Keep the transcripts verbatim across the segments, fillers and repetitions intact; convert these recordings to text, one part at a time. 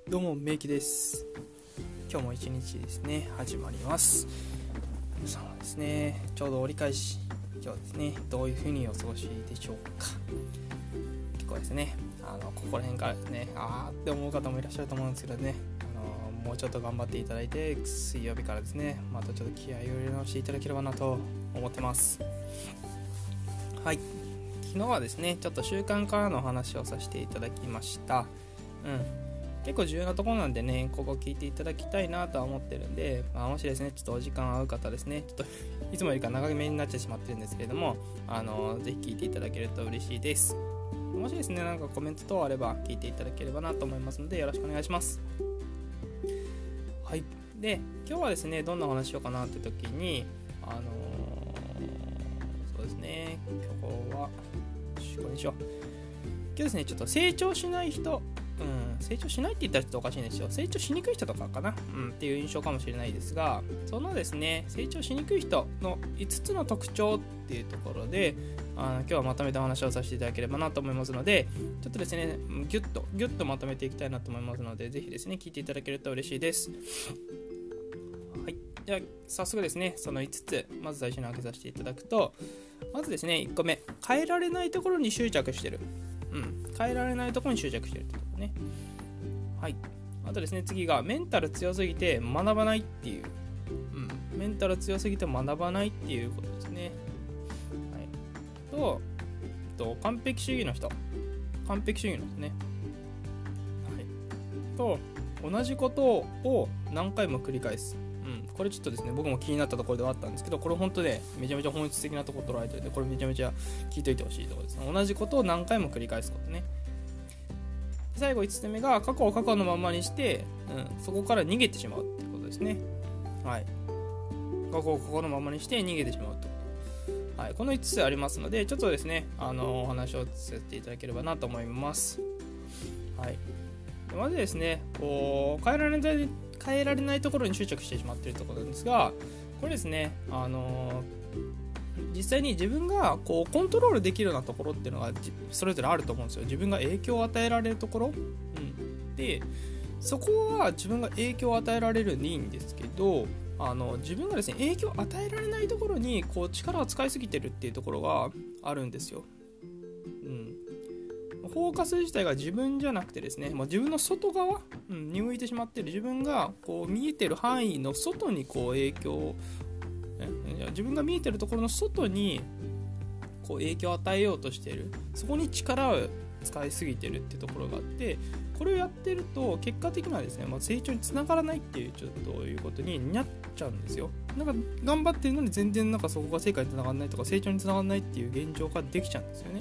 どうもめいきです。今日も一日ですね始まります。そうですね、ちょうど折り返し、今日ですねどういう風にお過ごしでしょうか。結構ですねあのここら辺からですねあーって思う方もいらっしゃると思うんですけどね、あのもうちょっと頑張っていただいて、水曜日からですねまたちょっと気合を入れ直していただければなと思ってます。はい、昨日はですねちょっと習慣からの話をさせていただきました。うん結構重要なところなんでね、ここ聞いていただきたいなとは思ってるんで、まあ、もしですねちょっとお時間合う方ですね、ちょっといつもよりか長めになってしまってるんですけれども、あのぜひ聞いていただけると嬉しいです。もしですねなんかコメント等あれば聞いていただければなと思いますので、よろしくお願いします。はい、で今日はですねどんなお話しようかなって時に、あのー、そうですね今日はこれにしよう。今日ですねちょっと成長しない人、うん、成長しないって言ったらちょっとおかしいんですよ。成長しにくい人とかかな、うん、っていう印象かもしれないですが、そのですね成長しにくい人のいつつの特徴っていうところで、あの今日はまとめたお話をさせていただければなと思いますので、ちょっとですねギュッとギュッとまとめていきたいなと思いますので、ぜひですね聞いていただけると嬉しいです。はい、じゃあ早速ですねそのいつつ、まず最初に挙げさせていただくと、まずですねいっこめ、変えられないところに執着してる。うん、変えられないところに執着してるってことね。はい。あとですね、次がメンタル強すぎて学ばないっていう、うん、メンタル強すぎて学ばないっていうことですね。はい。と、と完璧主義の人、完璧主義の人ね。はい。と、同じことを何回も繰り返す。うん、これちょっとですね僕も気になったところではあったんですけど、これ本当でめちゃめちゃ本質的なところ捉えておいて、これめちゃめちゃ聞いといてほしいところです。同じことを何回も繰り返すことね。最後いつつめが過去を過去のままにして、うん、そこから逃げてしまうってことですね。はい。過去を過去のままにして逃げてしまうってこと。はい。このいつつありますので、ちょっとですねあのお話をさせていただければなと思います。はい。まずですねこう変えられない変えられないところに執着してしまっているところなんですが、これですねあの実際に自分がこうコントロールできるようなところっていうのがそれぞれあると思うんですよ。自分が影響を与えられるところ、うん、でそこは自分が影響を与えられるんでいいんですけど、あの自分がですね影響を与えられないところにこう力を使いすぎてるっていうところがあるんですよ。うん、フォーカス自体が自分じゃなくてですね、まあ、自分の外側、うん、に向いてしまっている、自分がこう見えてる範囲の外にこう影響を自分が見えてるところの外にこう影響を与えようとしている、そこに力を使いすぎてるっていうところがあって、これをやってると結果的にはですね、まあ、成長につながらないっていうちょっということになっちゃうんですよ。なんか頑張ってるのに全然なんかそこが成果につながらないとか成長につながらないっていう現状ができちゃうんですよね。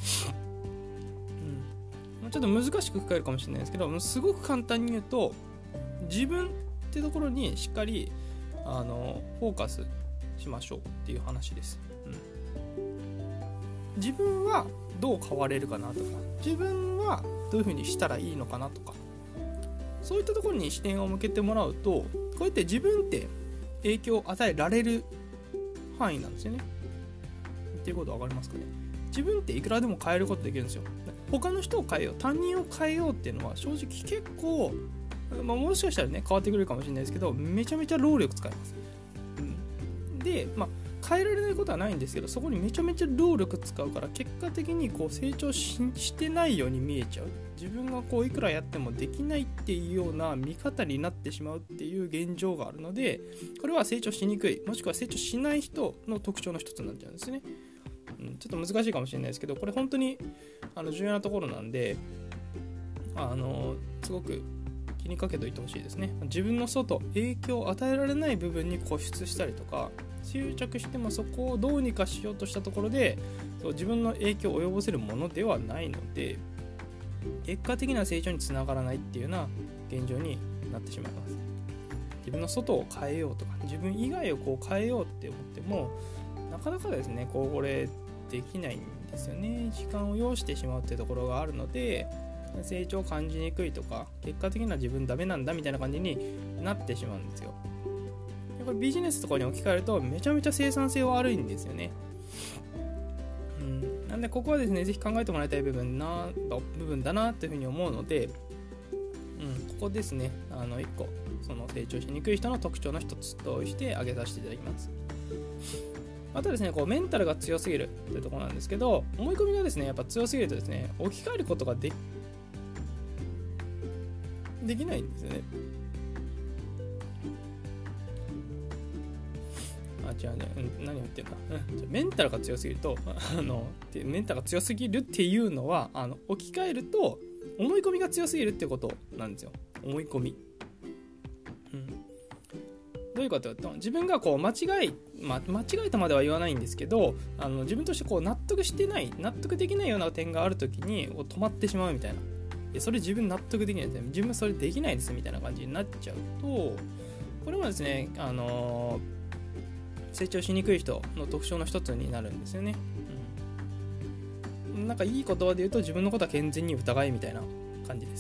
うん、ちょっと難しく書えるかもしれないですけど、すごく簡単に言うと、自分ってところにしっかりあのフォーカスしましょうっていう話です。うん、自分はどう変われるかなとか、自分はどういう風にしたらいいのかなとか、そういったところに視点を向けてもらうと、こうやって自分って影響を与えられる範囲なんですよね。っていうことわかりますかね。自分っていくらでも変えることできるんですよ。他の人を変えよう、他人を変えようっていうのは正直結構、まあ、もしかしたらね変わってくるかもしれないですけど、めちゃめちゃ労力使います。で、まあ、変えられないことはないんですけど、そこにめちゃめちゃ労力使うから結果的にこう成長 し, してないように見えちゃう。自分がこういくらやってもできないっていうような見方になってしまうっていう現状があるので、これは成長しにくい、もしくは成長しない人の特徴の一つになっちゃうんですね。うん、ちょっと難しいかもしれないですけど、これ本当にあの重要なところなんで、あのすごく気にかけておいてほしいですね。自分の外、影響を与えられない部分に固執したりとか、執着してもそこをどうにかしようとしたところで、そう自分の影響を及ぼせるものではないので、結果的な成長につながらないっていうような現状になってしまいます。自分の外を変えようとか、自分以外をこう変えようって思っても、なかなかですね、こうこれできないんですよね。時間を要してしまうっていうところがあるので、成長を感じにくいとか、結果的には自分ダメなんだみたいな感じになってしまうんですよ。これビジネスとかに置き換えるとめちゃめちゃ生産性は悪いんですよね。うん、なんでここはですねぜひ考えてもらいたい部分な部分だなっていうふうに思うので、うん、ここですね、あのいっこその成長しにくい人の特徴の一つとして挙げさせていただきます。あとですね、こうメンタルが強すぎるというところなんですけど、思い込みがですねやっぱ強すぎるとですね、置き換えることがでできないんですよね。あ、違うね、うん、何を言ってんだ、うん、メンタルが強すぎるとあのメンタルが強すぎるっていうのは、あの置き換えると思い込みが強すぎるってことなんですよ。思い込み、うん、どういうことかというと、自分がこう間違い、ま、間違えたまでは言わないんですけど、あの自分としてこう納得してない納得できないような点があるときにこう止まってしまうみたいな、いやそれ自分納得できないですね、自分それできないですみたいな感じになっちゃうと、これもですね、あのー、成長しにくい人の特徴の一つになるんですよね。うん、なんかいい言葉で言うと、自分のことは健全に疑いみたいな感じです。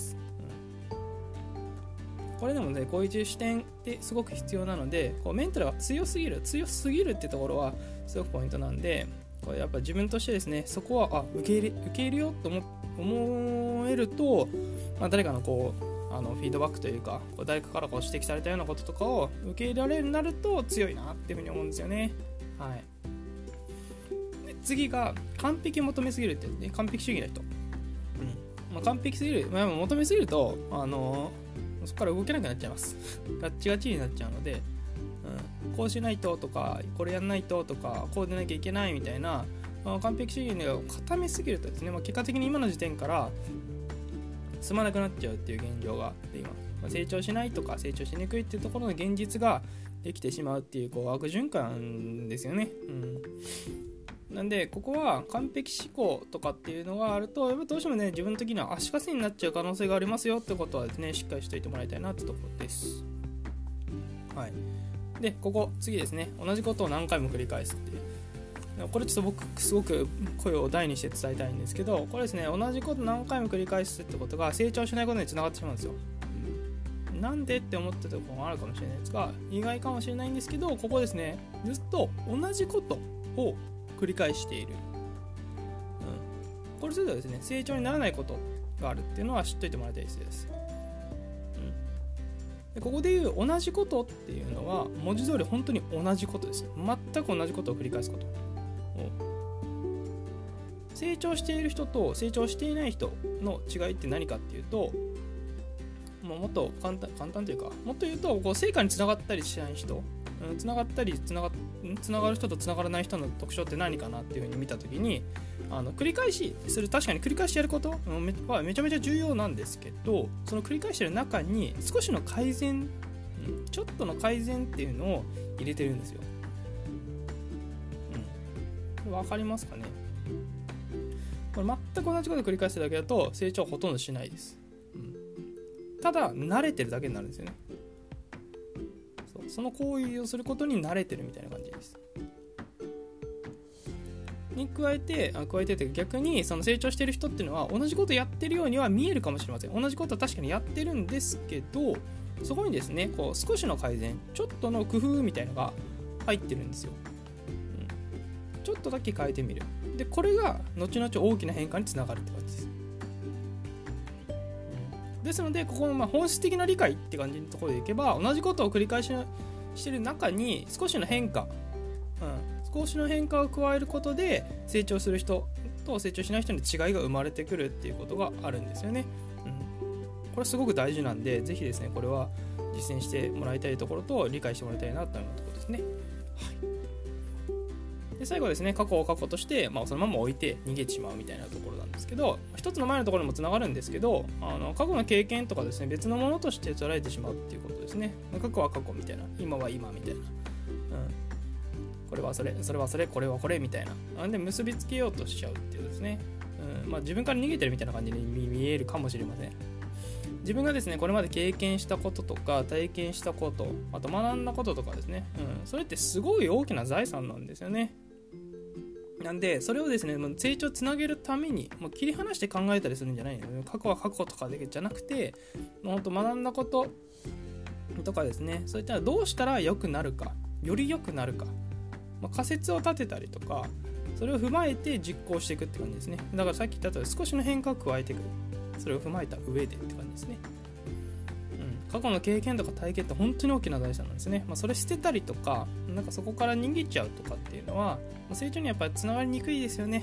うん、これでもね、こういう視点ってすごく必要なので、こうメンタルが強すぎる強すぎるってところはすごくポイントなんで、これやっぱ自分としてですね、そこはあ受け入れ受け入れようと思思えると、まあ、誰かのこうあのフィードバックというか、こう誰かからこう指摘されたようなこととかを受け入れられるようになると強いなっていうふうに思うんですよね。はい。で次が完璧を求めすぎるってね、完璧主義な人。うんまあ、完璧すぎる、まあ、求めすぎるとあのー、そこから動けなくなっちゃいます。ガッチガチになっちゃうので、うん、こうしないととか、これやんないととか、こうでなきゃいけないみたいな、まあ、完璧主義を固めすぎるとですね、まあ、結果的に今の時点から進まなくなっちゃうっていう現状ができます。まあ、成長しないとか成長しにくいっていうところの現実ができてしまうっていう、こう悪循環ですよね。うん、なんでここは完璧思考とかっていうのがあると、やっぱどうしてもね、自分的には足かせになっちゃう可能性がありますよってことはですね、しっかりしておいてもらいたいなってところです。はい。でここ次ですね、同じことを何回も繰り返すっていう、これちょっと僕すごく声を大にして伝えたいんですけど、これですね、同じこと何回も繰り返すってことが成長しないことにつながってしまうんですよ。なんでって思ってたところもあるかもしれないですが、意外かもしれないんですけど、ここですね、ずっと同じことを繰り返している、うん、これするとですね、成長にならないことがあるっていうのは知っといてもらいたいです。でここでいう同じことっていうのは文字通り本当に同じことです。全く同じことを繰り返すこと。成長している人と成長していない人の違いって何かっていうと、もうもっと簡単、簡単というか、もっと言うとこう成果につながったりしない人、うん、つながったりつなが、つながる人とつながらない人の特徴って何かなっていうふうに見たときに、あの繰り返しする、確かに繰り返しやることはめちゃめちゃ重要なんですけど、その繰り返している中に少しの改善、うん、ちょっとの改善っていうのを入れてるんですよ。うん、これ分かりますかね。これ全く同じことを繰り返してるだけだと成長はほとんどしないです。うん、ただ慣れてるだけになるんですよね。そう、その行為をすることに慣れてるみたいな感じです。に加えて、あ加えてて逆にその成長してる人っていうのは同じことやってるようには見えるかもしれません。同じことは確かにやってるんですけど、そこにですね、こう少しの改善、ちょっとの工夫みたいのが入ってるんですよ。うん、ちょっとだけ変えてみる。でこれが後々大きな変化につながるって感じです。うん、ですのでここのまあ本質的な理解って感じのところでいけば、同じことを繰り返ししてる中に少しの変化、うん少しの変化を加えることで成長する人と成長しない人に違いが生まれてくるっていうことがあるんですよね。うん、これすごく大事なんで、ぜひですねこれは実践してもらいたいところと理解してもらいたいなというところですね。はい、で最後ですね、過去を過去として、まあ、そのまま置いて逃げてしまうみたいなところなんですけど、一つの前のところにもつながるんですけど、あの過去の経験とかですね、別のものとして捉えてしまうっていうことですね。過去は過去みたいな、今は今みたいな、うんこれはそれ、それはそれ、これはこれみたいな。なんで結びつけようとしちゃうっていうですね。うん、まあ自分から逃げてるみたいな感じに見えるかもしれません。自分がですね、これまで経験したこととか、体験したこと、あと学んだこととかですね。うん、それってすごい大きな財産なんですよね。なんで、それをですね、成長をつなげるために、もう切り離して考えたりするんじゃないので、過去は過去とかだけじゃなくて、もう本当学んだこととかですね、そういったらどうしたら良くなるか、より良くなるか。まあ、仮説を立てたりとか、それを踏まえて実行していくって感じですね。だからさっき言った通り少しの変化を加えていく、それを踏まえた上でって感じですね。う過去の経験とか体験って本当に大きな財産なんですね。まあ、それ捨てたりとか、なんかそこから逃げちゃうとかっていうのは、まあ、成長にやっぱりつながりにくいですよね。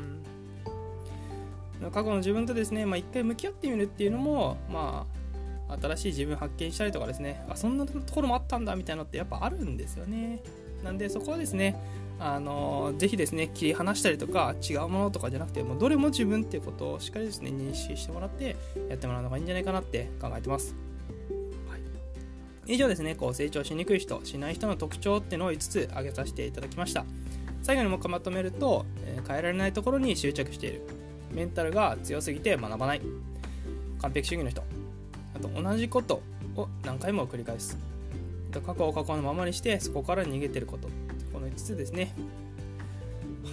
うん、過去の自分とですね、まあ、一回向き合ってみるっていうのも、まあ、新しい自分発見したりとかですね、あ、そんなところもあったんだみたいなのってやっぱあるんですよね。なんでそこはですね、あのぜひですね、切り離したりとか違うものとかじゃなくて、もうどれも自分っていうことをしっかりですね認識してもらってやってもらうのがいいんじゃないかなって考えてます。はい、以上ですね、こう成長しにくい人、しない人の特徴っていうのをいつつ挙げさせていただきました。最後にもう一回まとめると、えー、変えられないところに執着している、メンタルが強すぎて学ばない、完璧主義の人、あと同じことを何回も繰り返す、過去を過去のままにしてそこから逃げてること、このいつつですね。はい、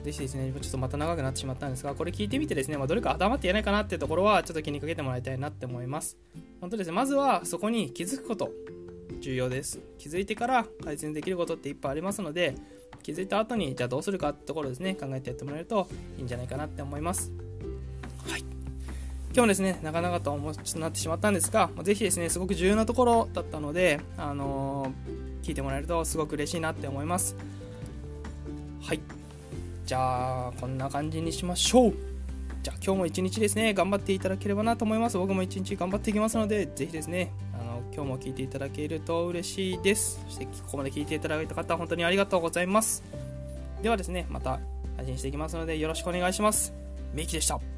ぜひですね、ちょっとまた長くなってしまったんですが、これ聞いてみてですね、まあ、どれか頭って言えないかなっていうところはちょっと気にかけてもらいたいなって思います。本当ですね、まずはそこに気づくこと重要です。気づいてから改善できることっていっぱいありますので、気づいた後にじゃあどうするかってところですね、考えてやってもらえるといいんじゃないかなって思います。はい、今日もですね、長々となってしまったんですが、ぜひですね、すごく重要なところだったので、あのー、聞いてもらえるとすごく嬉しいなって思います。はい、じゃあこんな感じにしましょう。じゃあ今日も一日ですね、頑張っていただければなと思います。僕も一日頑張っていきますので、ぜひですね、あの今日も聞いていただけると嬉しいです。そしてここまで聞いていただいた方、本当にありがとうございます。ではですね、また配信していきますのでよろしくお願いします。みきでした。